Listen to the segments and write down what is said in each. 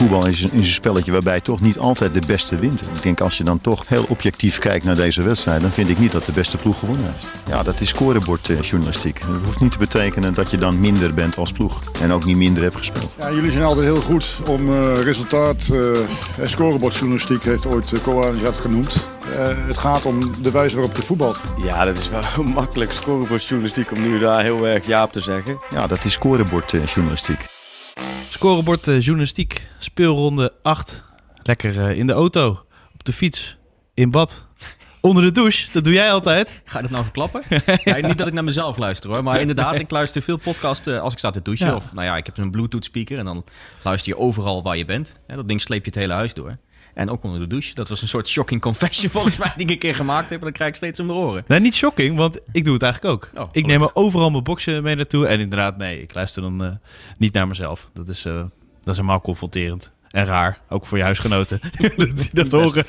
Voetbal is een spelletje waarbij toch niet altijd de beste wint. Ik denk als je dan toch heel objectief kijkt naar deze wedstrijd, dan vind ik niet dat de beste ploeg gewonnen heeft. Ja, dat is scorebordjournalistiek. Dat hoeft niet te betekenen dat je dan minder bent als ploeg en ook niet minder hebt gespeeld. Ja, jullie zijn altijd heel goed om resultaat en scorebordjournalistiek, heeft ooit Kovacs dat genoemd. Het gaat om de wijze waarop je voetbalt. Ja, dat is wel makkelijk scorebordjournalistiek om nu daar heel erg ja op te zeggen. Ja, dat is scorebordjournalistiek. Scorebordjournalistiek, speelronde 8. Lekker in de auto, op de fiets, in bad, onder de douche. Dat doe jij altijd. Ga je dat nou verklappen? Ja, niet dat ik naar mezelf luister hoor, maar inderdaad, ik luister veel podcasts als ik sta te douchen. Ja. Of nou ja, ik heb een Bluetooth speaker en dan luister je overal waar je bent. Ja, dat ding sleep je het hele huis door. En ook onder de douche. Dat was een soort shocking confession volgens mij die ik een keer gemaakt heb. En dan krijg ik steeds om de oren. Nee, niet shocking, want ik doe het eigenlijk ook. Ik neem er overal mijn boxje mee naartoe. En inderdaad, nee, ik luister dan niet naar mezelf. Dat is helemaal confronterend. En raar, ook voor je huisgenoten. dat horen.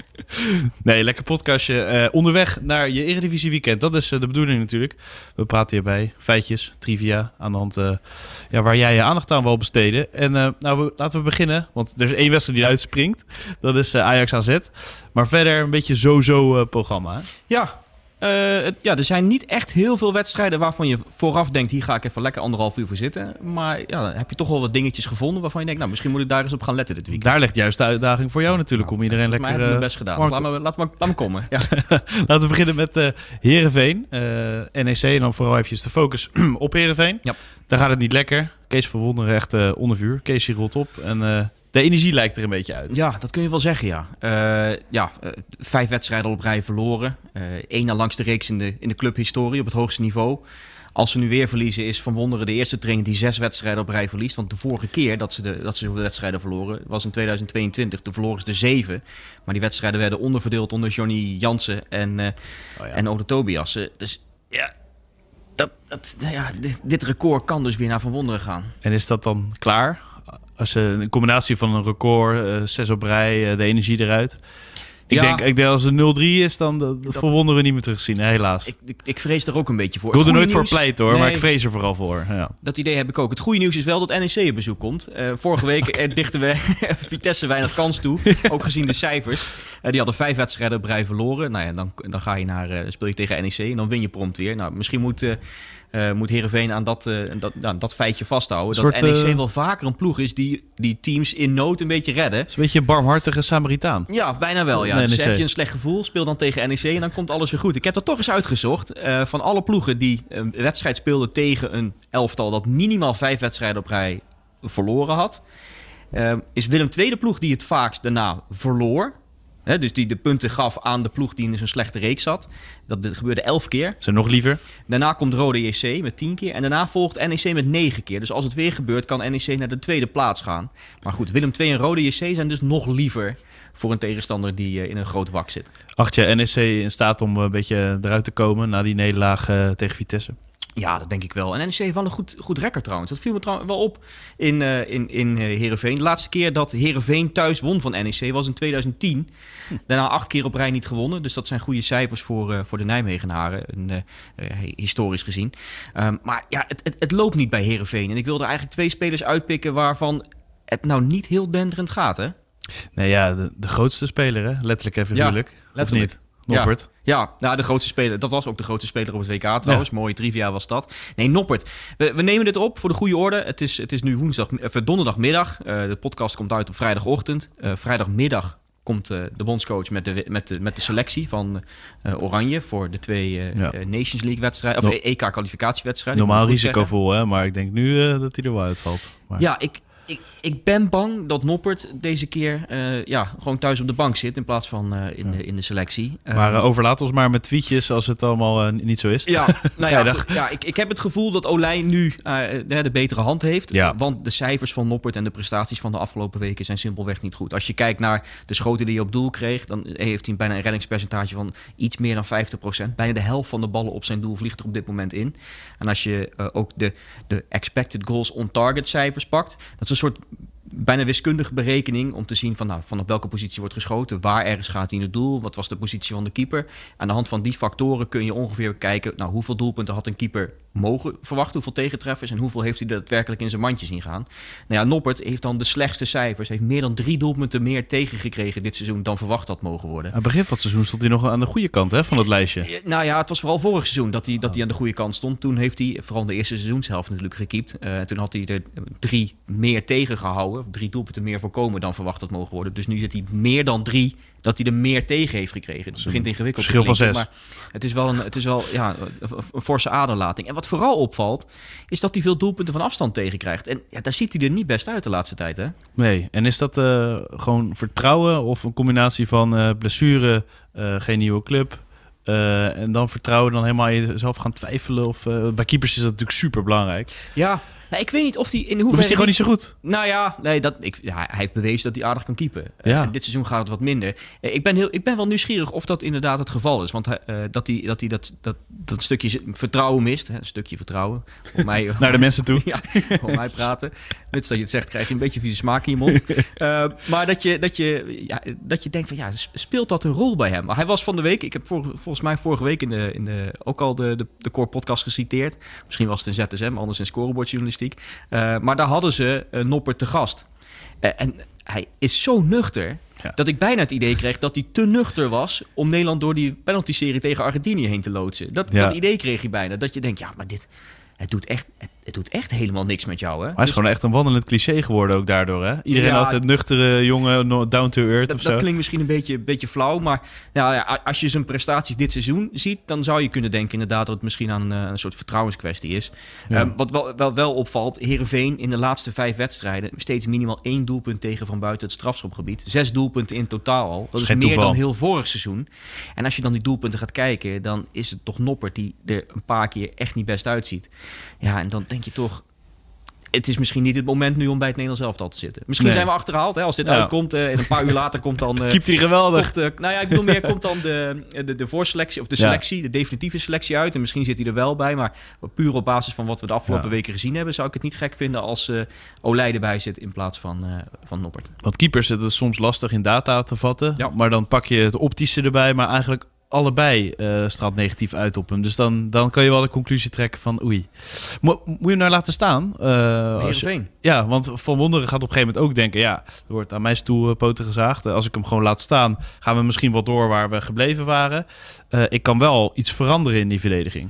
Nee, lekker podcastje. Onderweg naar je Eredivisie weekend. Dat is de bedoeling natuurlijk. We praten hierbij feitjes, trivia aan de hand waar jij je aandacht aan wil besteden. En laten we beginnen. Want er is één wedstrijd die uitspringt. Dat is Ajax AZ. Maar verder een beetje zo programma. Hè? Ja. Er zijn niet echt heel veel wedstrijden waarvan je vooraf denkt, hier ga ik even lekker 1,5 uur voor zitten. Maar ja, dan heb je toch wel wat dingetjes gevonden waarvan je denkt, nou, misschien moet ik daar eens op gaan letten dit weekend. Daar ligt juist de uitdaging voor jou natuurlijk, om iedereen lekker... Maar ik heb mijn best gedaan. Laat me komen. Ja. Laten we beginnen met Heerenveen. NEC en dan vooral eventjes de focus op Heerenveen. Ja. Daar gaat het niet lekker. Kees van Wonderen echt onder vuur. Kees rolt op en... de energie lijkt er een beetje uit. Ja, dat kun je wel zeggen, ja. 5 wedstrijden op rij verloren. 1 na langste reeks in de clubhistorie op het hoogste niveau. Als ze nu weer verliezen is Van Wonderen de eerste trainer die 6 wedstrijden op rij verliest. Want de vorige keer dat ze zoveel wedstrijden verloren was in 2022. Toen verloren ze er 7. Maar die wedstrijden werden onderverdeeld onder Johnny Jansen en Ode Tobias. Dus ja... Dit record kan dus weer naar Van Wonderen gaan. En is dat dan klaar? Als een combinatie van een record, 6 op rij, de energie eruit. Ik denk als het 0-3 is, dan dat verwonderen we niet meer terugzien, helaas. Ik vrees er ook een beetje voor. Ik wil er nooit voor pleiten hoor, maar ik vrees er vooral voor. Ja. Dat idee heb ik ook. Het goede nieuws is wel dat NEC op bezoek komt. Vorige week dichten we Vitesse weinig kans toe, ook gezien de cijfers. Die hadden 5 wedstrijden op rij verloren. Nou ja, dan ga je speel je tegen NEC en dan win je prompt weer. Nou, misschien moet Heerenveen aan dat feitje vasthouden. Dat NEC wel vaker een ploeg is die teams in nood een beetje redden. Het is een beetje een barmhartige Samaritaan. Ja, bijna wel. Ja. Dus heb je een slecht gevoel, speel dan tegen NEC en dan komt alles weer goed. Ik heb dat toch eens uitgezocht. Van alle ploegen die een wedstrijd speelden tegen een elftal dat minimaal 5 wedstrijden op rij verloren had, is Willem II de ploeg die het vaakst daarna verloor. Dus die de punten gaf aan de ploeg die in zo'n slechte reeks zat. Dat gebeurde 11 keer. Zijn nog liever. Daarna komt Rode JC met 10 keer. En daarna volgt NEC met 9 keer. Dus als het weer gebeurt, kan NEC naar de tweede plaats gaan. Maar goed, Willem II en Rode JC zijn dus nog liever voor een tegenstander die in een groot wak zit. Acht je NEC in staat om een beetje eruit te komen na die nederlaag tegen Vitesse? Ja, dat denk ik wel. En NEC heeft wel een goed record trouwens. Dat viel me trouwens wel op in Heerenveen. De laatste keer dat Heerenveen thuis won van NEC was in 2010. Daarna 8 keer op rij niet gewonnen. Dus dat zijn goede cijfers voor de Nijmegenaren, historisch gezien. Maar ja, het loopt niet bij Heerenveen. En ik wilde eigenlijk 2 spelers uitpikken waarvan het nou niet heel denderend gaat, hè? Nee, ja, de grootste speler, hè? Letterlijk en figuurlijk. Ja, letterlijk. Of niet? Noppert. Ja, de grootste speler. Dat was ook de grootste speler op het WK trouwens. Ja. Mooie trivia was dat. Nee, Noppert. We nemen dit op voor de goede orde. Het is nu donderdagmiddag. De podcast komt uit op vrijdagochtend. Vrijdagmiddag komt de bondscoach met de selectie van Oranje voor de 2 Nations League wedstrijden, of EK-kwalificatiewedstrijden. Normaal risicovol, hè? Maar ik denk nu dat hij er wel uitvalt. Maar... Ja, ik ben bang dat Noppert deze keer gewoon thuis op de bank zit in plaats van in de selectie. Maar overlaat ons maar met tweetjes als het allemaal niet zo is. Ja, ik heb het gevoel dat Olij nu de betere hand heeft. Ja. Want de cijfers van Noppert en de prestaties van de afgelopen weken zijn simpelweg niet goed. Als je kijkt naar de schoten die hij op doel kreeg, dan heeft hij bijna een reddingspercentage van iets meer dan 50%. Bijna de helft van de ballen op zijn doel vliegt er op dit moment in. En als je ook de expected goals on target cijfers pakt, dat is een soort bijna wiskundige berekening om te zien van op welke positie wordt geschoten, waar ergens gaat hij in het doel, wat was de positie van de keeper. Aan de hand van die factoren kun je ongeveer kijken, hoeveel doelpunten had een keeper mogen verwachten, hoeveel tegentreffers en hoeveel heeft hij daadwerkelijk in zijn mandje zien gaan. Noppert heeft dan de slechtste cijfers, heeft meer dan 3 doelpunten meer tegengekregen dit seizoen dan verwacht had mogen worden. Aan het begin van het seizoen stond hij nog aan de goede kant van het lijstje. Het was vooral vorig seizoen dat hij aan de goede kant stond. Toen heeft hij vooral in de eerste seizoenshelft natuurlijk gekiept. Toen had hij er 3 meer tegengehouden, 3 doelpunten meer voorkomen dan verwacht had mogen worden. Dus nu zit hij meer dan 3 dat hij er meer tegen heeft gekregen. Dus het begint ingewikkeld. Verschil van 6. Maar het is wel een forse aderlating. En wat vooral opvalt, is dat hij veel doelpunten van afstand tegenkrijgt. En daar ziet hij er niet best uit de laatste tijd, hè? Nee, en is dat gewoon vertrouwen of een combinatie van blessure, geen nieuwe club... en dan vertrouwen, dan helemaal jezelf gaan twijfelen? Of bij keepers is dat natuurlijk super belangrijk. Ja, ik weet niet of hij in hoeverre... Of is hij gewoon niet zo goed? Hij heeft bewezen dat hij aardig kan keepen. Ja. Dit seizoen gaat het wat minder. Ik ben wel nieuwsgierig of dat inderdaad het geval is. Want dat hij dat stukje vertrouwen mist. Een stukje vertrouwen. Naar de mensen toe. Ja, om mij praten. Net dat je het zegt, krijg je een beetje vieze smaak in je mond. Maar dat je denkt van speelt dat een rol bij hem? Maar hij was van de week, ik heb volgens mij vorige week ook al de Core podcast geciteerd. Misschien was het een ZSM, anders in scorebordjournalistiek. Maar daar hadden ze Noppert te gast. En hij is zo nuchter dat ik bijna het idee kreeg dat hij te nuchter was om Nederland door die penalty-serie tegen Argentinië heen te loodsen. Dat idee kreeg je bijna. Dat je denkt, maar het doet echt helemaal niks met jou. Hè? Hij is gewoon echt een wandelend cliché geworden ook daardoor. Hè? Iedereen had het nuchtere jongen, down to earth of zo. Dat klinkt misschien een beetje flauw. Maar als je zijn prestaties dit seizoen ziet, dan zou je kunnen denken inderdaad dat het misschien aan een soort vertrouwenskwestie is. Ja. Wat wel opvalt, Heerenveen in de laatste 5 wedstrijden steeds minimaal 1 doelpunt tegen van buiten het strafschopgebied. 6 doelpunten in totaal al. Dat is meer dan heel vorig seizoen. En als je dan die doelpunten gaat kijken, dan is het toch Noppert die er een paar keer echt niet best uitziet. Ja, en dan denk je toch, het is misschien niet het moment nu om bij het Nederlands elftal te zitten. Misschien zijn we achterhaald. Hè, als dit uitkomt en een paar uur later komt dan... Keept hij geweldig. Komt dan de voorselectie of de selectie, de definitieve selectie uit. En misschien zit hij er wel bij. Maar puur op basis van wat we de afgelopen weken gezien hebben, zou ik het niet gek vinden als Olij erbij zit in plaats van Noppert. Want keepers, dat is soms lastig in data te vatten. Ja. Maar dan pak je het optische erbij, maar eigenlijk allebei straalt negatief uit op hem. Dus dan kan je wel de conclusie trekken van oei. Moet je hem nou laten staan? Ja, want Van Wonderen gaat op een gegeven moment ook denken, er wordt aan mijn stoel poten gezaagd. Als ik hem gewoon laat staan, gaan we misschien wel door waar we gebleven waren. Ik kan wel iets veranderen in die verdediging.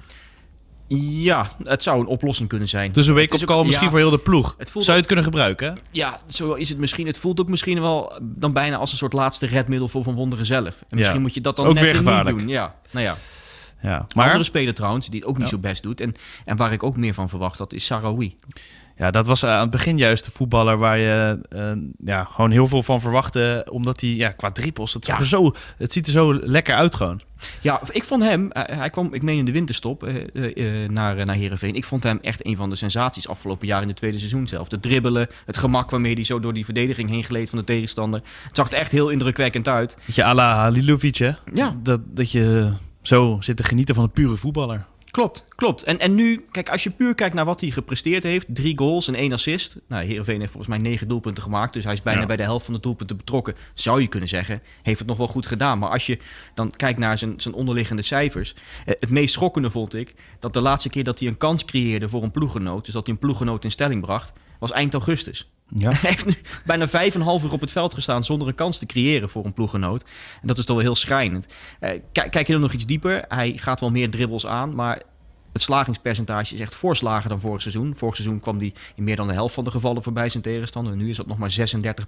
Ja, het zou een oplossing kunnen zijn. Dus een wake-up call misschien voor heel de ploeg. Zou je het kunnen gebruiken? Ja, zo is het misschien. Het voelt ook misschien wel dan bijna als een soort laatste redmiddel voor Van Wonderen zelf. En misschien moet je dat dan ook net weer niet doen. Ja, maar andere speler trouwens, die het ook niet zo best doet. En waar ik ook meer van verwacht had, is Sahraoui. Ja, dat was aan het begin juist de voetballer waar je gewoon heel veel van verwachtte. Omdat hij qua dribbels, het ziet er zo lekker uit gewoon. Ja, ik vond hem, hij kwam, ik meen in de winterstop naar Heerenveen. Ik vond hem echt een van de sensaties afgelopen jaar in de tweede seizoen zelf. De dribbelen, het gemak waarmee hij zo door die verdediging heen gleed van de tegenstander. Het zag er echt heel indrukwekkend uit. Beetje à la Halilovic, hè? Ja. Dat je zo zit te genieten van een pure voetballer. Klopt. En nu, kijk, als je puur kijkt naar wat hij gepresteerd heeft, 3 goals en 1 assist. Heerenveen heeft volgens mij 9 doelpunten gemaakt, dus hij is bijna bij de helft van de doelpunten betrokken. Zou je kunnen zeggen, heeft het nog wel goed gedaan. Maar als je dan kijkt naar zijn onderliggende cijfers, het meest schokkende vond ik dat de laatste keer dat hij een kans creëerde voor een ploeggenoot, dus dat hij een ploeggenoot in stelling bracht, was eind augustus. Ja. Hij heeft nu bijna 5,5 uur op het veld gestaan zonder een kans te creëren voor een ploeggenoot. En dat is toch wel heel schrijnend. Kijk je dan nog iets dieper, hij gaat wel meer dribbles aan, maar het slagingspercentage is echt voorslager dan vorig seizoen. Vorig seizoen kwam hij in meer dan de helft van de gevallen voorbij zijn tegenstander. Nu is dat nog maar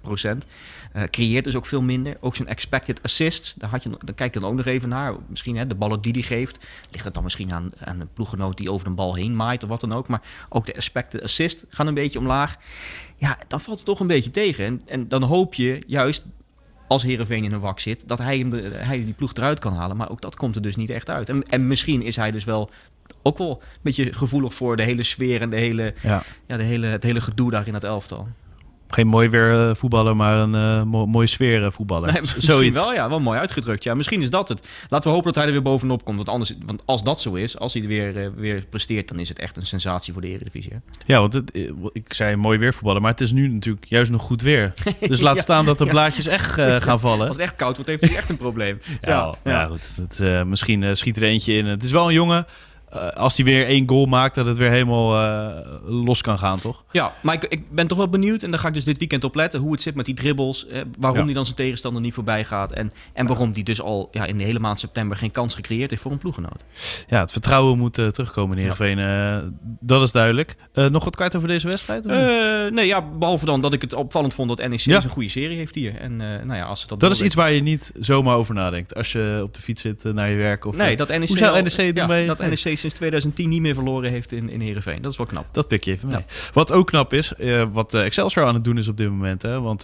36%. Creëert dus ook veel minder. Ook zijn expected assists, daar kijk je dan ook nog even naar. Misschien de ballen die hij geeft. Ligt het dan misschien aan een ploeggenoot die over de bal heen maait of wat dan ook. Maar ook de expected assist gaan een beetje omlaag. Ja, dan valt het toch een beetje tegen. En dan hoop je juist, als Heerenveen in een wak zit, dat hij die ploeg eruit kan halen. Maar ook dat komt er dus niet echt uit. En misschien is hij dus wel ook wel een beetje gevoelig voor de hele sfeer en het hele gedoe daar in het elftal. Geen mooi weer voetballer, maar een mooie sfeer voetballer. Nee, misschien wel, ja. Wel mooi uitgedrukt. Ja, misschien is dat het. Laten we hopen dat hij er weer bovenop komt. Want als dat zo is, als hij er weer presteert, dan is het echt een sensatie voor de Eredivisie. Hè? Ja, want ik zei mooi weer voetballer, maar het is nu natuurlijk juist nog goed weer. Dus laat staan dat de blaadjes echt gaan vallen. Als het echt koud wordt, heeft hij echt een probleem. Ja, goed. Misschien schiet er eentje in. Het is wel een jongen. Als hij weer 1 goal maakt, dat het weer helemaal los kan gaan, toch? Ja, maar ik ben toch wel benieuwd, en daar ga ik dus dit weekend op letten, hoe het zit met die dribbles, waarom hij dan zijn tegenstander niet voorbij gaat en waarom die dus al in de hele maand september geen kans gecreëerd heeft voor een ploeggenoot. Ja, het vertrouwen moet terugkomen in Heerenveen. Dat is duidelijk. Nog wat kwijt over deze wedstrijd? Nee, behalve dan dat ik het opvallend vond dat NEC een goede serie heeft hier. En als ze dat is iets waar je niet zomaar over nadenkt als je op de fiets zit naar je werk. Of, nee, dat NEC, hoe zou NEC doen bij... dat NEC sinds 2010 niet meer verloren heeft in Heerenveen. Dat is wel knap. Dat pik je even mee. Ja. Wat ook knap is, wat Excelsior aan het doen is op dit moment. Hè? Want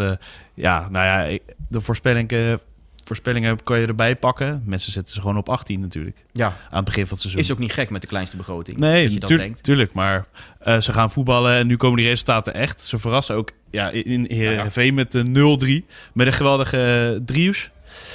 de voorspellingen kan je erbij pakken. Mensen zetten ze gewoon op 18 natuurlijk. Ja. Aan het begin van het seizoen. Is ook niet gek met de kleinste begroting. Nee, dat je dat denkt. Tuurlijk. Maar ze gaan voetballen en nu komen die resultaten echt. Ze verrassen ook in Heerenveen met de 0-3. Met een geweldige driehoes.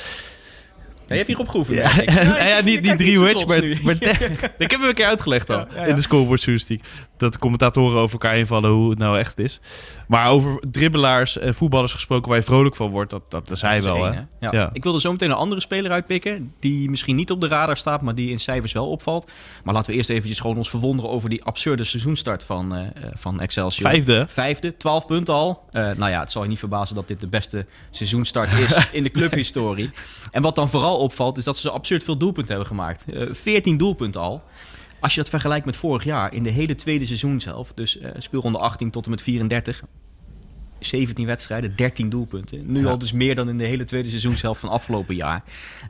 Ja, je hebt hierop geoefend. Niet die driehoes, maar ik heb hem een keer uitgelegd al in de scoreboardjournalistiek. Dat de commentatoren over elkaar invallen hoe het nou echt is. Maar over dribbelaars en voetballers gesproken waar je vrolijk van wordt, dat is hij wel. Hè? Ja. Ik wilde zo meteen een andere speler uitpikken die misschien niet op de radar staat, maar die in cijfers wel opvalt. Maar laten we eerst eventjes gewoon ons verwonderen over die absurde seizoenstart van Excelsior. Vijfde, 12 punten al. Het zal je niet verbazen dat dit de beste seizoenstart is in de clubhistorie. En wat dan vooral opvalt is dat ze absurd veel doelpunten hebben gemaakt. 14 doelpunten al. Als je dat vergelijkt met vorig jaar, in de hele tweede seizoen zelf, dus speelronde 18 tot en met 34, 17 wedstrijden, 13 doelpunten. Nu al dus meer dan in de hele tweede seizoen zelf van afgelopen jaar.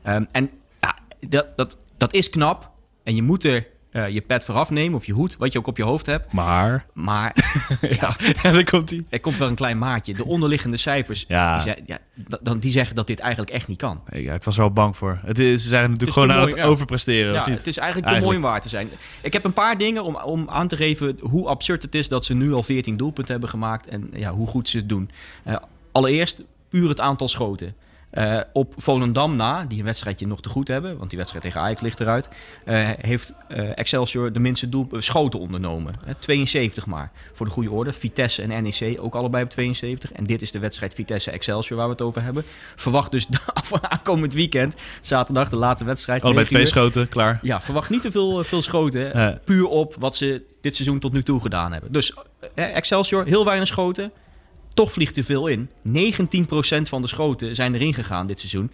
Dat is knap en je moet er je pet vooraf nemen of je hoed, wat je ook op je hoofd hebt. Maar daar komt hij. Er komt wel een klein maatje. De onderliggende cijfers, die zeggen dat dit eigenlijk echt niet kan. Ja, ik was er wel bang voor. Ze zijn natuurlijk gewoon aan het overpresteren. Ja, het is eigenlijk te mooi om waar te zijn. Ik heb een paar dingen om aan te geven hoe absurd het is dat ze nu al 14 doelpunten hebben gemaakt en hoe goed ze het doen. Allereerst puur het aantal schoten. Op Volendam na, die een wedstrijdje nog te goed hebben, want die wedstrijd tegen Ajax ligt eruit, heeft Excelsior de minste schoten ondernomen. 72 maar, voor de goede orde. Vitesse en NEC ook allebei op 72. En dit is de wedstrijd Vitesse-Excelsior waar we het over hebben. Verwacht dus aankomend weekend, zaterdag, de late wedstrijd. Allebei 2 schoten, klaar. Ja, verwacht niet te veel schoten. Puur op wat ze dit seizoen tot nu toe gedaan hebben. Dus Excelsior, heel weinig schoten. Toch vliegt er veel in. 19% van de schoten zijn erin gegaan dit seizoen.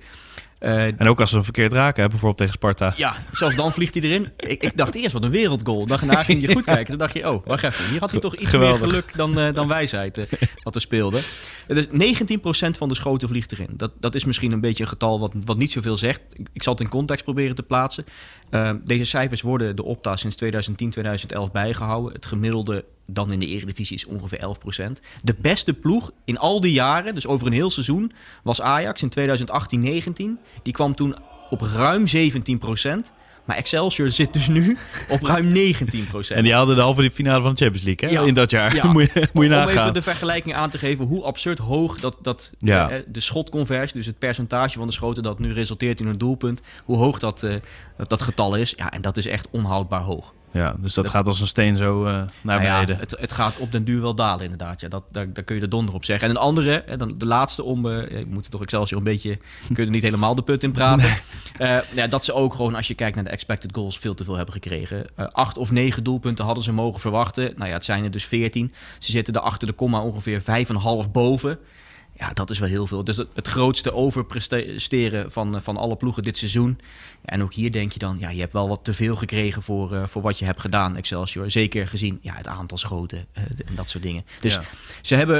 En ook als ze hem verkeerd raken, bijvoorbeeld tegen Sparta. Ja, zelfs dan vliegt hij erin. Ik dacht eerst, wat een wereldgoal. Daarna ging je goed kijken. Toen dacht je, wacht even. Hier had hij toch iets meer geluk dan wijsheid wat er speelde. Dus 19% van de schoten vliegt erin. Dat is misschien een beetje een getal wat niet zoveel zegt. Ik zal het in context proberen te plaatsen. Deze cijfers worden de Opta sinds 2010, 2011 bijgehouden. Het gemiddelde dan in de Eredivisie is ongeveer 11%. De beste ploeg in al die jaren, dus over een heel seizoen, was Ajax in 2018-19. Die kwam toen op ruim 17%. Maar Excelsior zit dus nu op ruim 19%. En die hadden de halve finale van de Champions League in dat jaar. Ja. moet je nagaan. Om even de vergelijking aan te geven hoe absurd hoog de schotconversie, dus het percentage van de schoten dat nu resulteert in een doelpunt, hoe hoog dat getal is. Ja, en dat is echt onhoudbaar hoog. Ja, dus dat gaat als een steen zo naar beneden. Het gaat op den duur wel dalen inderdaad. Ja, daar kun je de donder op zeggen. En een andere, de laatste ik moet toch Excelsior een beetje, kun je er niet helemaal de put in praten. Dat ze ook gewoon, als je kijkt naar de expected goals, veel te veel hebben gekregen. 8 of 9 doelpunten hadden ze mogen verwachten. Het zijn er dus 14. Ze zitten er achter de komma ongeveer 5,5 boven. Ja, dat is wel heel veel. Dus het grootste overpresteren van alle ploegen dit seizoen. En ook hier denk je dan, je hebt wel wat te veel gekregen voor wat je hebt gedaan, Excelsior. Zeker gezien het aantal schoten en dat soort dingen. Dus ze hebben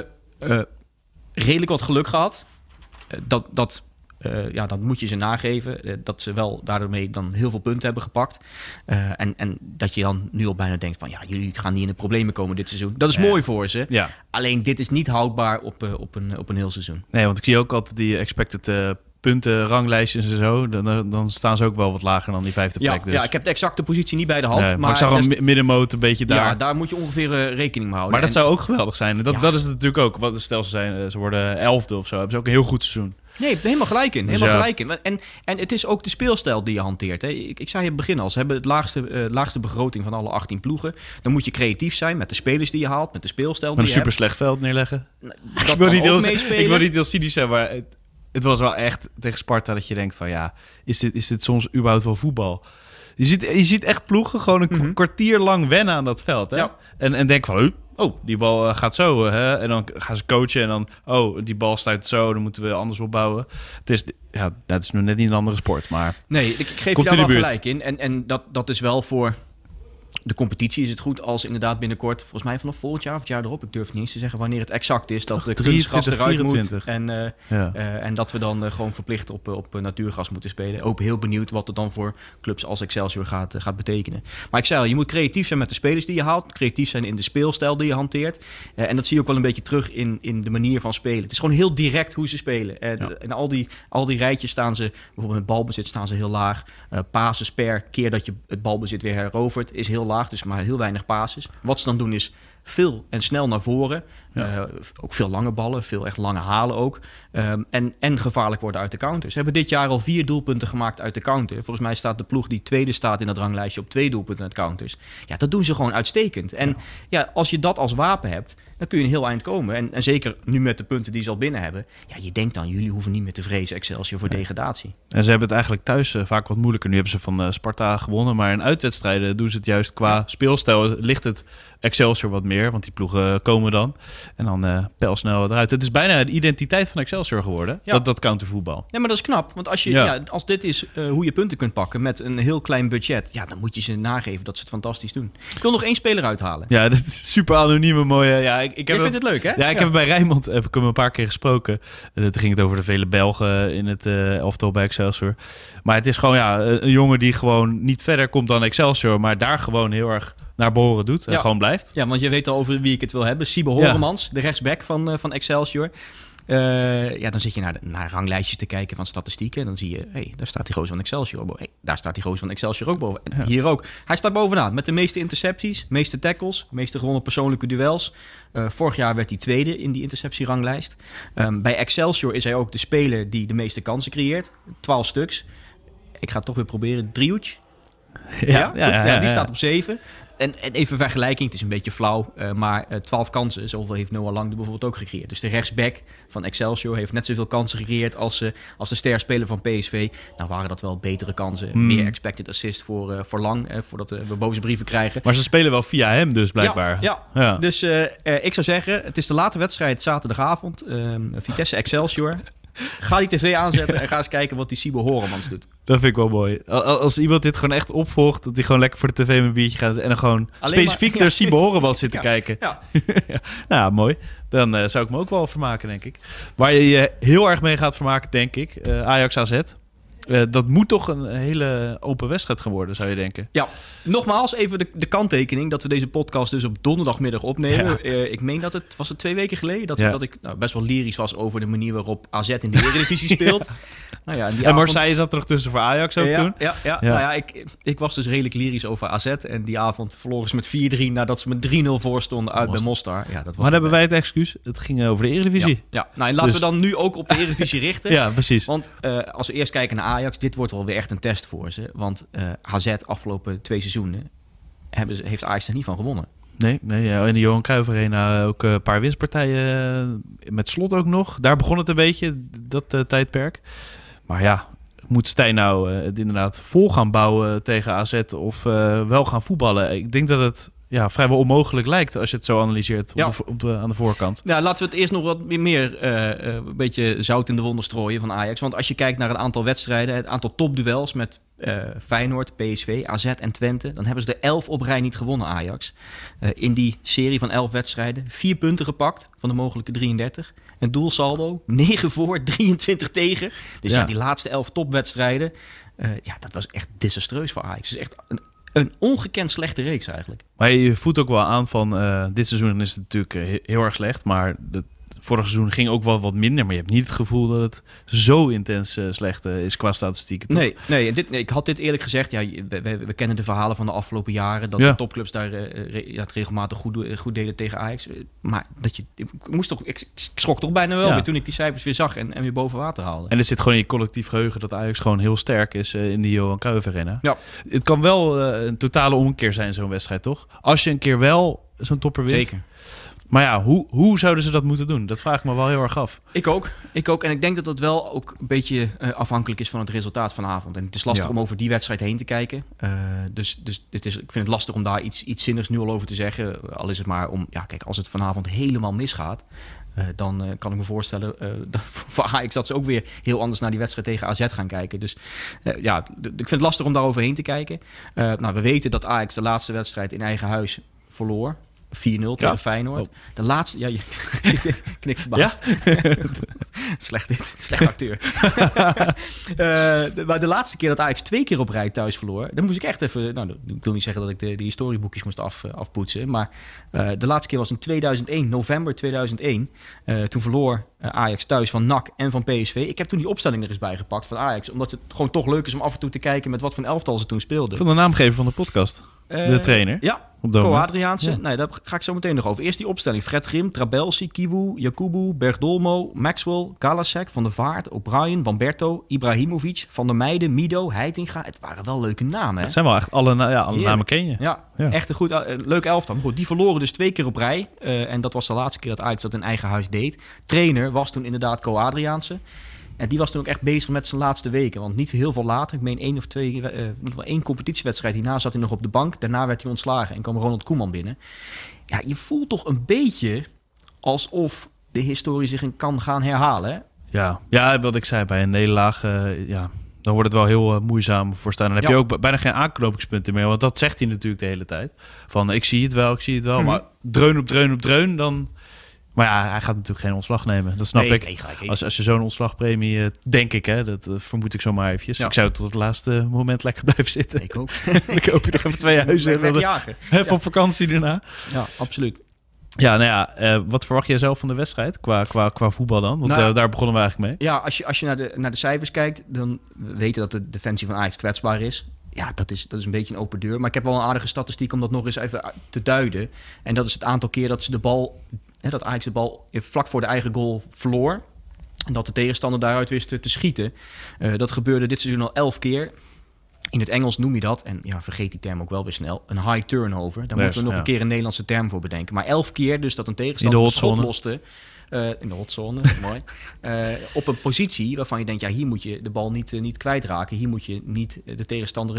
redelijk wat geluk gehad. Dat moet je ze nageven. Dat ze wel daarmee dan heel veel punten hebben gepakt. En dat je dan nu al bijna denkt van, jullie gaan niet in de problemen komen dit seizoen. Dat is mooi voor ze. Ja. Alleen dit is niet houdbaar op een heel seizoen. Nee, want ik zie ook altijd die expected punten, ranglijstjes en zo, dan staan ze ook wel wat lager dan die 5e plek. Dus. Ja, ik heb de exacte positie niet bij de hand. Nee, maar ik zag een middenmoot een beetje daar. Ja, daar moet je ongeveer rekening mee houden. Maar dat zou ook geweldig zijn. Dat is het natuurlijk ook. Stel ze worden 11e of zo. Hebben ze ook een heel goed seizoen. Nee, helemaal gelijk in. En het is ook de speelstijl die je hanteert. Hè. Ik zei in het begin al, ze hebben het laagste begroting van alle 18 ploegen. Dan moet je creatief zijn met de spelers die je haalt, met de speelstijl die je hebt. Een super slecht veld neerleggen. Ik wil niet heel cynisch zijn, maar het was wel echt tegen Sparta dat je denkt van ja, is dit soms überhaupt wel voetbal? Je ziet echt ploegen gewoon een kwartier lang wennen aan dat veld. Hè? Ja. En denk van, die bal gaat zo. Hè? En dan gaan ze coachen en dan, die bal stuit zo, dan moeten we anders opbouwen. Het is nu net niet een andere sport, maar nee, ik geef je daar wel gelijk in. En dat is wel voor de competitie is het goed als inderdaad binnenkort, volgens mij vanaf volgend jaar of het jaar erop, ik durf het niet eens te zeggen wanneer het exact is, dat de kunstgras eruit 24. Moet. En dat we dan gewoon verplicht op natuurgas moeten spelen. Ook heel benieuwd wat het dan voor clubs als Excelsior gaat betekenen. Maar ik zei al, je moet creatief zijn met de spelers die je haalt, creatief zijn in de speelstijl die je hanteert. En dat zie je ook wel een beetje terug in de manier van spelen. Het is gewoon heel direct hoe ze spelen. En al die rijtjes staan ze, bijvoorbeeld met balbezit staan ze heel laag. Passes per keer dat je het balbezit weer herovert is heel laag. Dus maar heel weinig passes. Wat ze dan doen is veel en snel naar voren. Ja. Ook veel lange ballen, veel echt lange halen ook. En gevaarlijk worden uit de counters. Ze hebben dit jaar al 4 doelpunten gemaakt uit de counter. Volgens mij staat de ploeg die tweede staat in dat ranglijstje op 2 doelpunten uit counters. Ja, dat doen ze gewoon uitstekend. En als je dat als wapen hebt, dan kun je een heel eind komen. En zeker nu met de punten die ze al binnen hebben. Ja, je denkt dan, jullie hoeven niet meer te vrezen Excelsior voor degradatie. En ze hebben het eigenlijk thuis vaak wat moeilijker. Nu hebben ze van Sparta gewonnen. Maar in uitwedstrijden doen ze het juist qua speelstijl. Ligt het Excelsior wat meer, want die ploegen komen dan. En dan pijlsnel eruit. Het is bijna de identiteit van Excelsior geworden, dat countervoetbal. Ja, maar dat is knap. Want als dit is hoe je punten kunt pakken met een heel klein budget, dan moet je ze nageven dat ze het fantastisch doen. Ik wil nog 1 speler uithalen. Ja, dat is super anonieme, mooie. Ja, je vindt het leuk, hè? Ja, ik heb bij Rijnmond heb ik hem een paar keer gesproken. En toen ging het over de vele Belgen in het elftal bij Excelsior. Maar het is gewoon een jongen die gewoon niet verder komt dan Excelsior, maar daar gewoon heel erg naar behoren doet en gewoon blijft. Ja, want je weet al over wie ik het wil hebben. Siebe Horemans, de rechtsback van Excelsior. Dan zit je naar ranglijstjes te kijken van statistieken. En dan zie je, daar staat die gozer van Excelsior boven. Daar staat die gozer van Excelsior ook boven. En hier ook. Hij staat bovenaan met de meeste intercepties, meeste tackles, meeste gewonnen persoonlijke duels. Vorig jaar werd hij tweede in die interceptieranglijst. Bij Excelsior is hij ook de speler die de meeste kansen creëert. 12 stuks. Ik ga het toch weer proberen. Driehoek. Die staat op 7. En even vergelijking, het is een beetje flauw, maar 12 kansen, zoveel heeft Noah Lang bijvoorbeeld ook gecreëerd. Dus de rechtsback van Excelsior heeft net zoveel kansen gecreëerd als de sterspeler van PSV. Nou waren dat wel betere kansen, meer expected assist voor Lang, voordat we boze brieven krijgen. Maar ze spelen wel via hem dus blijkbaar. Ja. Dus ik zou zeggen, het is de late wedstrijd zaterdagavond, Vitesse Excelsior. Ga die tv aanzetten en ga eens kijken wat die Siebe Horemans doet. Dat vind ik wel mooi. Als iemand dit gewoon echt opvolgt, dat hij gewoon lekker voor de tv met een biertje gaat en dan gewoon specifiek naar Siebe Horemans zit te kijken. Ja. Nou, mooi. Dan zou ik me ook wel vermaken, denk ik. Waar je je heel erg mee gaat vermaken, denk ik, Ajax AZ. Dat moet toch een hele open wedstrijd gaan worden, zou je denken. Ja, nogmaals even de kanttekening dat we deze podcast dus op donderdagmiddag opnemen. Ja. Ik meen dat was het 2 weken geleden, dat ik best wel lyrisch was over de manier waarop AZ in de Eredivisie speelt. En Marseille zat er nog tussen voor Ajax ook toen. Ja. Nou ja, ik was dus redelijk lyrisch over AZ. En die avond verloren ze met 4-3 nadat ze met 3-0 voor stonden uit bij Mostar. Ja, dat was maar dan hebben wij het excuus. Het ging over de Eredivisie. Ja. Nou, en laten we dan nu ook op de Eredivisie richten. Ja, precies. Want als we eerst kijken naar Ajax, dit wordt wel weer echt een test voor ze. Want AZ afgelopen 2 seizoenen heeft Ajax er niet van gewonnen. Nee, in de Johan Cruijff Arena ook een paar winstpartijen met Slot ook nog. Daar begon het een beetje, dat tijdperk. Maar ja, moet Stijn nou het inderdaad vol gaan bouwen tegen AZ of wel gaan voetballen? Ik denk dat het vrijwel onmogelijk lijkt als je het zo analyseert aan de voorkant. Ja, laten we het eerst nog wat meer een beetje zout in de wonden strooien van Ajax. Want als je kijkt naar het aantal wedstrijden, het aantal topduels met Feyenoord, PSV, AZ en Twente, dan hebben ze de 11 op rij niet gewonnen, Ajax. In die serie van 11 wedstrijden 4 punten gepakt van de mogelijke 33. Een doelsaldo, 9 voor, 23 tegen. Dus die laatste 11 topwedstrijden, dat was echt desastreus voor Ajax. Het is echt een ongekend slechte reeks eigenlijk. Maar je voelt ook wel aan van dit seizoen is het natuurlijk heel erg slecht, maar vorig seizoen ging ook wel wat minder. Maar je hebt niet het gevoel dat het zo intens slecht is qua statistieken. Toch? Nee, ik had dit eerlijk gezegd. Ja, we kennen de verhalen van de afgelopen jaren. Dat de topclubs daar het regelmatig goed deden tegen Ajax. Maar ik schrok toch bijna wel weer toen ik die cijfers weer zag en weer boven water haalde. En er zit gewoon in je collectief geheugen dat Ajax gewoon heel sterk is in die Johan Cruijff Arena. Ja. Het kan wel een totale omkeer zijn, zo'n wedstrijd, toch? Als je een keer wel zo'n topper wint. Zeker. Maar ja, hoe zouden ze dat moeten doen? Dat vraag ik me wel heel erg af. Ik ook. En ik denk dat dat wel ook een beetje afhankelijk is van het resultaat vanavond. En het is lastig om over die wedstrijd heen te kijken. Dus ik vind het lastig om daar iets zinnigs nu al over te zeggen. Al is het maar om... Ja, kijk, als het vanavond helemaal misgaat... dan kan ik me voorstellen voor Ajax dat ze ook weer heel anders naar die wedstrijd tegen AZ gaan kijken. Dus ik vind het lastig om daar overheen te kijken. We weten dat Ajax de laatste wedstrijd in eigen huis verloor. 4-0 tegen Feyenoord. De laatste... Ja, je knikt verbaasd. Ja? Slecht acteur. Maar de laatste keer dat Ajax 2 keer op rij thuis verloor... dan moest ik echt even... Nou, ik wil niet zeggen dat ik de historieboekjes moest afpoetsen... maar de laatste keer was in 2001, november 2001. Toen verloor Ajax thuis van NAC en van PSV. Ik heb toen die opstelling er eens bij gepakt van Ajax... omdat het gewoon toch leuk is om af en toe te kijken... met wat voor elftal ze toen speelden. Van de naamgever van de podcast. De trainer. Ja, Co-Adriaanse. Ja. Nee, daar ga ik zo meteen nog over. Eerst die opstelling. Fred Grim, Trabelsi, Kiwu, Jakubu, Bergdolmo, Maxwell, Kalasek, Van der Vaart, O'Brien, Wamberto, Ibrahimovic, Van der Meijden, Mido, Heitinga. Het waren wel leuke namen. Hè? Het zijn wel echt alle namen ken je. Ja, echt een goed, leuk elftal. Maar goed, die verloren dus 2 keer op rij. En dat was de laatste keer dat Ajax dat in eigen huis deed. Trainer was toen inderdaad Co-Adriaanse. En die was toen ook echt bezig met zijn laatste weken. Want niet heel veel later, ik meen 1 of 2, in ieder geval 1 competitiewedstrijd. Hierna zat hij nog op de bank. Daarna werd hij ontslagen en kwam Ronald Koeman binnen. Ja, je voelt toch een beetje alsof de historie zich kan gaan herhalen. Hè? Ja, wat ik zei, bij een nederlaag, dan wordt het wel heel moeizaam voor staan. Dan heb je ook bijna geen aanknopingspunten meer. Want dat zegt hij natuurlijk de hele tijd. Van, ik zie het wel. Mm-hmm. Maar dreun op dreun, dan... Maar ja, hij gaat natuurlijk geen ontslag nemen. Dat snap ik. Als je zo'n ontslagpremie, denk ik, hè, dat vermoed ik zomaar eventjes. Ja. Ik zou tot het laatste moment lekker blijven zitten. Ik ook. Dan koop je nog even 2 huizen. Even op vakantie daarna. Ja, absoluut. Ja, wat verwacht jij zelf van de wedstrijd qua voetbal dan? Want daar begonnen we eigenlijk mee. Ja, als je naar de cijfers kijkt, dan weten dat de defensie van Ajax kwetsbaar is. Ja, dat is een beetje een open deur. Maar ik heb wel een aardige statistiek om dat nog eens even te duiden. En dat is het aantal keer dat ze de bal... dat Ajax de bal vlak voor de eigen goal verloor. En dat de tegenstander daaruit wist te schieten. Dat gebeurde dit seizoen al 11 keer. In het Engels noem je dat, en vergeet die term ook wel weer snel, een high turnover. Daar moeten we nog een keer een Nederlandse term voor bedenken. Maar 11 keer dus dat een tegenstander een schot loste. In de hotzone, mooi. Op een positie waarvan je denkt, hier moet je de bal niet kwijtraken. Hier moet je niet de tegenstander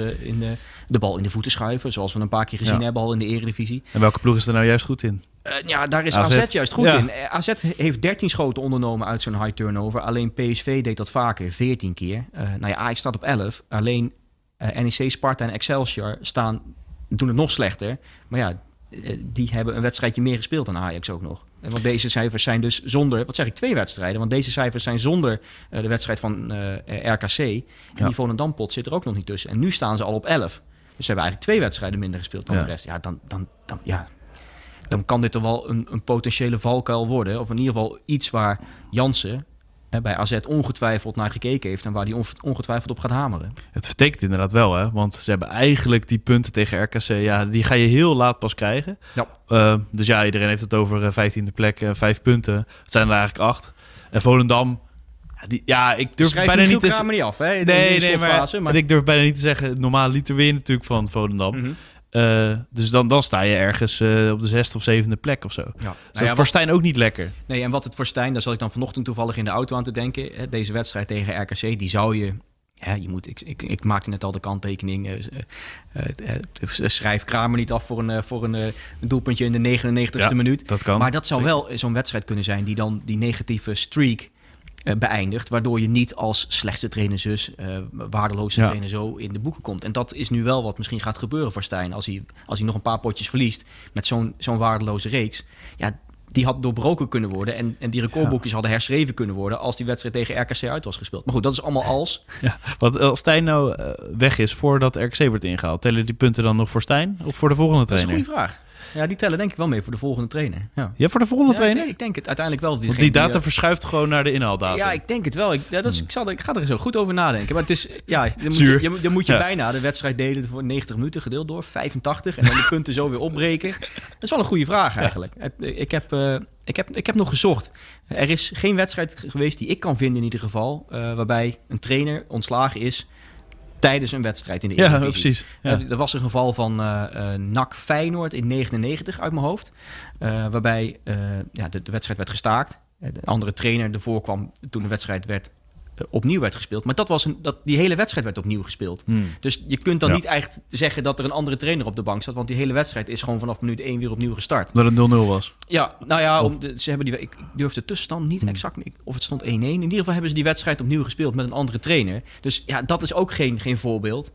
de bal in de voeten schuiven. Zoals we een paar keer gezien hebben al in de Eredivisie. En welke ploeg is er nou juist goed in? Daar is AZ juist goed in. AZ heeft 13 schoten ondernomen uit zo'n high turnover. Alleen PSV deed dat vaker, 14 keer. Ajax staat op 11. Alleen NEC, Sparta en Excelsior doen het nog slechter. Maar die hebben een wedstrijdje meer gespeeld dan Ajax ook nog. Want deze cijfers zijn dus zonder... 2 wedstrijden? Want deze cijfers zijn zonder de wedstrijd van RKC. En die Volendam-pot zit er ook nog niet tussen. En nu staan ze al op 11. Dus ze hebben eigenlijk 2 wedstrijden minder gespeeld dan de rest. Dan kan dit er wel een potentiële valkuil worden. Of in ieder geval iets waar Jansen bij AZ ongetwijfeld naar gekeken heeft... en waar hij ongetwijfeld op gaat hameren. Het vertekent inderdaad wel, hè? Want ze hebben eigenlijk die punten tegen RKC... die ga je heel laat pas krijgen. Ja. Dus iedereen heeft het over 15e plek, 5 punten. Het zijn er eigenlijk 8. En Volendam... ik durf bijna niet te zeggen... niet af, hè? Maar ik durf bijna niet te zeggen... Normaal liter weer natuurlijk van Volendam... Mm-hmm. Dus dan sta je ergens op de 6e of 7e plek of zo. Ja. Dus dat voor Stijn ook niet lekker. Nee, en wat het voor Stijn, daar zat ik dan vanochtend toevallig in de auto aan te denken. Deze wedstrijd tegen RKC, die zou je... Ik maakte net al de kanttekening. Schrijf Kramer niet af voor een doelpuntje in de 99ste minuut. Dat kan. Maar dat zou wel zo'n wedstrijd kunnen zijn die dan die negatieve streak... beëindigt, waardoor je niet als slechtste trainer zus, waardeloze trainer zo in de boeken komt. En dat is nu wel wat misschien gaat gebeuren voor Stijn. Als hij nog een paar potjes verliest met zo'n waardeloze reeks. Ja, die had doorbroken kunnen worden en die recordboekjes hadden herschreven kunnen worden als die wedstrijd tegen RKC uit was gespeeld. Maar goed, dat is allemaal als. Ja, want als Stijn nou weg is voordat RKC wordt ingehaald, tellen die punten dan nog voor Stijn of voor de volgende trainer? Dat is een goede vraag. Ja, die tellen denk ik wel mee voor de volgende trainer. Ja, voor de volgende trainer? Ik denk het uiteindelijk wel. Want die data verschuift gewoon naar de inhaaldatum. Ja, ik denk het wel. Ik ga er zo goed over nadenken. Maar het is, dan moet je bijna de wedstrijd delen voor 90 minuten gedeeld door 85 en dan de punten zo weer opbreken. Dat is wel een goede vraag eigenlijk. Ik heb nog gezocht. Er is geen wedstrijd geweest die ik kan vinden in ieder geval, waarbij een trainer ontslagen is tijdens een wedstrijd in de Eredivisie. Ja, precies. Ja. Er was een geval van NAC Feyenoord in 99 uit mijn hoofd. Waarbij de wedstrijd werd gestaakt. De andere trainer ervoor kwam toen de wedstrijd opnieuw werd gespeeld. Maar die hele wedstrijd werd opnieuw gespeeld. Dus je kunt dan niet echt zeggen dat er een andere trainer op de bank zat. Want die hele wedstrijd is gewoon vanaf minuut 1 weer opnieuw gestart. Dat het 0-0 was. Ja, nou ja, ze hebben ik durf de tussenstand niet exact, of het stond 1-1. In ieder geval hebben ze die wedstrijd opnieuw gespeeld met een andere trainer. Dus ja, dat is ook geen voorbeeld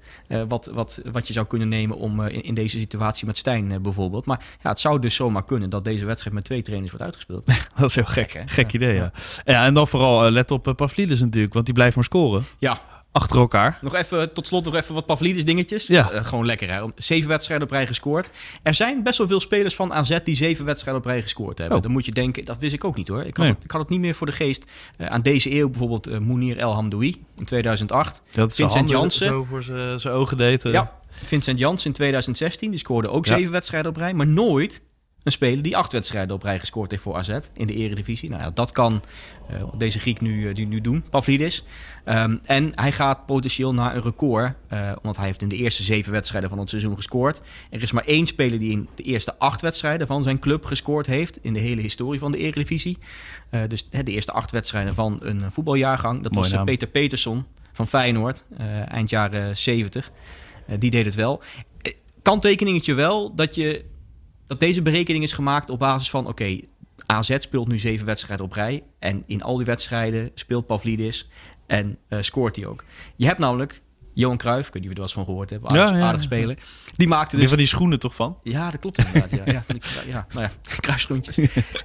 wat je zou kunnen nemen om in deze situatie met Stijn bijvoorbeeld. Maar ja, het zou dus zomaar kunnen dat deze wedstrijd met 2 trainers wordt uitgespeeld. Dat is heel gek, hè? Gek idee, ja. En dan vooral let op Pavlidis natuurlijk, want die blijft maar scoren. Ja. Achter elkaar. Tot slot nog even wat Pavlidis dingetjes. Ja. Gewoon lekker, hè? 7 wedstrijden op rij gescoord. Er zijn best wel veel spelers van AZ die 7 wedstrijden op rij gescoord hebben. Dan moet je denken, dat wist ik ook niet hoor. Ik had het niet meer voor de geest. Aan deze eeuw bijvoorbeeld Mounir El Hamdoui in 2008. Dat Vincent Janssen. Zo voor zijn ogen deed. Ja, Vincent Janssen in 2016. Die scoorde ook 7 wedstrijden op rij. Maar nooit een speler die 8 wedstrijden op rij gescoord heeft voor AZ in de Eredivisie. Nou ja, dat kan deze Griek nu doen, Pavlidis. En hij gaat potentieel naar een record, omdat hij heeft in de eerste 7 wedstrijden van het seizoen gescoord. Er is maar 1 speler die in de eerste 8 wedstrijden van zijn club gescoord heeft in de hele historie van de Eredivisie. Dus de eerste 8 wedstrijden van een voetbaljaargang. Dat was Peter Petersson van Feyenoord, eind jaren 70. Die deed het wel. Kanttekeningetje wel dat deze berekening is gemaakt op basis van oké, AZ speelt nu 7 wedstrijden op rij. En in al die wedstrijden speelt Pavlidis en scoort hij ook. Je hebt namelijk Johan Cruijff, ik weet niet of je er wel eens van gehoord hebt, aardig speler. Die maakte dus van die schoenen toch van? Ja, dat klopt inderdaad. Cruijffschoentjes.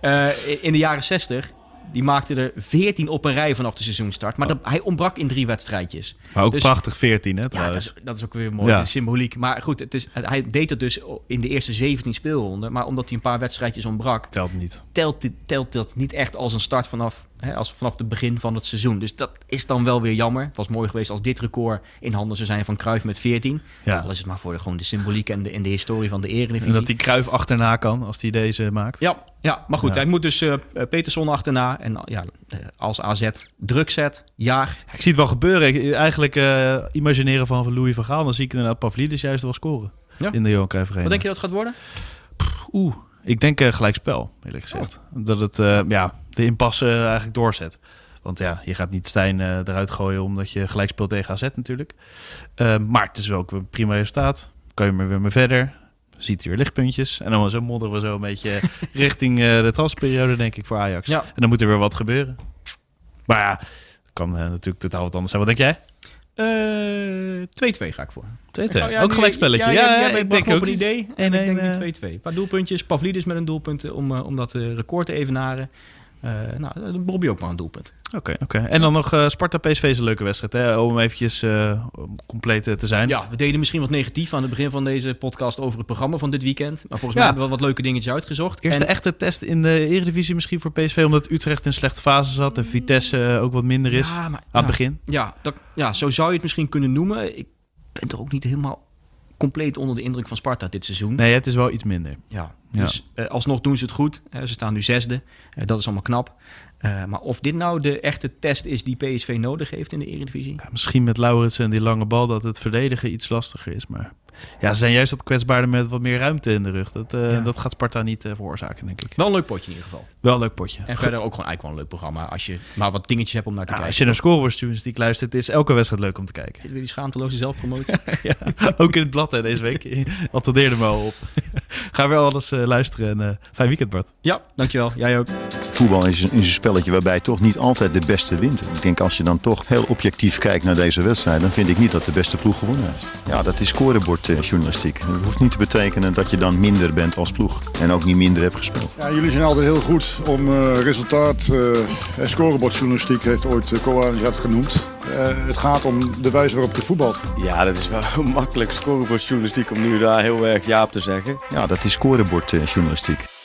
In de jaren 60, die maakte er 14 op een rij vanaf de seizoenstart. Maar hij ontbrak in 3 wedstrijdjes. Maar ook prachtig 14, hè, trouwens. Ja, dat is ook weer mooi, de symboliek. Maar goed, hij deed het dus in de eerste 17 speelronden. Maar omdat hij een paar wedstrijdjes ontbrak, telt dat niet echt als een start vanaf het begin van het seizoen. Dus dat is dan wel weer jammer. Het was mooi geweest als dit record in handen zou zijn van Cruijff met 14. Ja. Al is het maar voor gewoon de symboliek en de historie van de Eredivisie. En dat die Cruijff achterna kan als hij deze maakt. Ja, maar goed, hij moet dus Petersson achterna. En als AZ druk zet, jaagt. Ik zie het wel gebeuren. Eigenlijk imagineren van Louis van Gaal. Dan zie ik inderdaad Pavlidis juist wel scoren. Ja. In de Johan Cruijff Arena. Wat denk je dat het gaat worden? Ik denk gelijkspel, eerlijk gezegd. Dat het de impasse eigenlijk doorzet. Want ja, je gaat niet Stijn eruit gooien omdat je gelijk speelt tegen AZ natuurlijk. Maar het is wel ook een prima resultaat. Kan je maar weer mee verder. Ziet hij weer lichtpuntjes. En dan modderen we zo een beetje richting de transferperiode, denk ik, voor Ajax. Ja. En dan moet er weer wat gebeuren. Maar ja, het kan natuurlijk totaal wat anders zijn. Wat denk jij? 2-2 ga ik voor. 2-2. Ook gelijkspelletje. Ja, ik denk ook een idee. En ik denk nu 2-2. Een paar doelpuntjes. Pavlidis met een doelpunt om dat record te evenaren. Bobby ook maar een doelpunt. Oké. En dan nog Sparta PSV is een leuke wedstrijd, hè? Om eventjes compleet te zijn. Ja, we deden misschien wat negatief aan het begin van deze podcast over het programma van dit weekend. Maar volgens mij hebben we wat leuke dingetjes uitgezocht. Eerste echte test in de Eredivisie misschien voor PSV, omdat Utrecht in slechte fase zat en Vitesse ook wat minder is aan het begin. Ja, zo zou je het misschien kunnen noemen. Ik ben toch ook niet helemaal compleet onder de indruk van Sparta dit seizoen. Nee, het is wel iets minder. Ja. Dus alsnog doen ze het goed. Ze staan nu 6e. Dat is allemaal knap. Maar of dit nou de echte test is die PSV nodig heeft in de Eredivisie? Ja, misschien met Lauritsen en die lange bal dat het verdedigen iets lastiger is. Maar ja, ze zijn juist wat kwetsbaarder met wat meer ruimte in de rug. Dat gaat Sparta niet veroorzaken, denk ik. Wel een leuk potje in ieder geval. Wel een leuk potje. En verder ook gewoon eigenlijk wel een leuk programma. Als je maar wat dingetjes hebt om naar te kijken. Als je naar Scoreboard-journalistiek luistert, is elke wedstrijd leuk om te kijken. Zit weer die schaamteloze zelfpromotie? Ook in het blad deze week. Attendeerde me al op. Ga weer alles luisteren en fijn weekend, Bart. Ja, dankjewel. Jij ook. Voetbal is een spelletje waarbij toch niet altijd de beste wint. Ik denk als je dan toch heel objectief kijkt naar deze wedstrijd, dan vind ik niet dat de beste ploeg gewonnen heeft. Ja, dat is scorebordjournalistiek. Dat hoeft niet te betekenen dat je dan minder bent als ploeg en ook niet minder hebt gespeeld. Ja, jullie zijn altijd heel goed om resultaat en scorebordjournalistiek heeft ooit Koanis dat genoemd. Het gaat om de wijze waarop je voetbalt. Ja, dat is wel makkelijk scorebordjournalistiek om nu daar heel erg ja op te zeggen. Ja, dat is scorebordjournalistiek.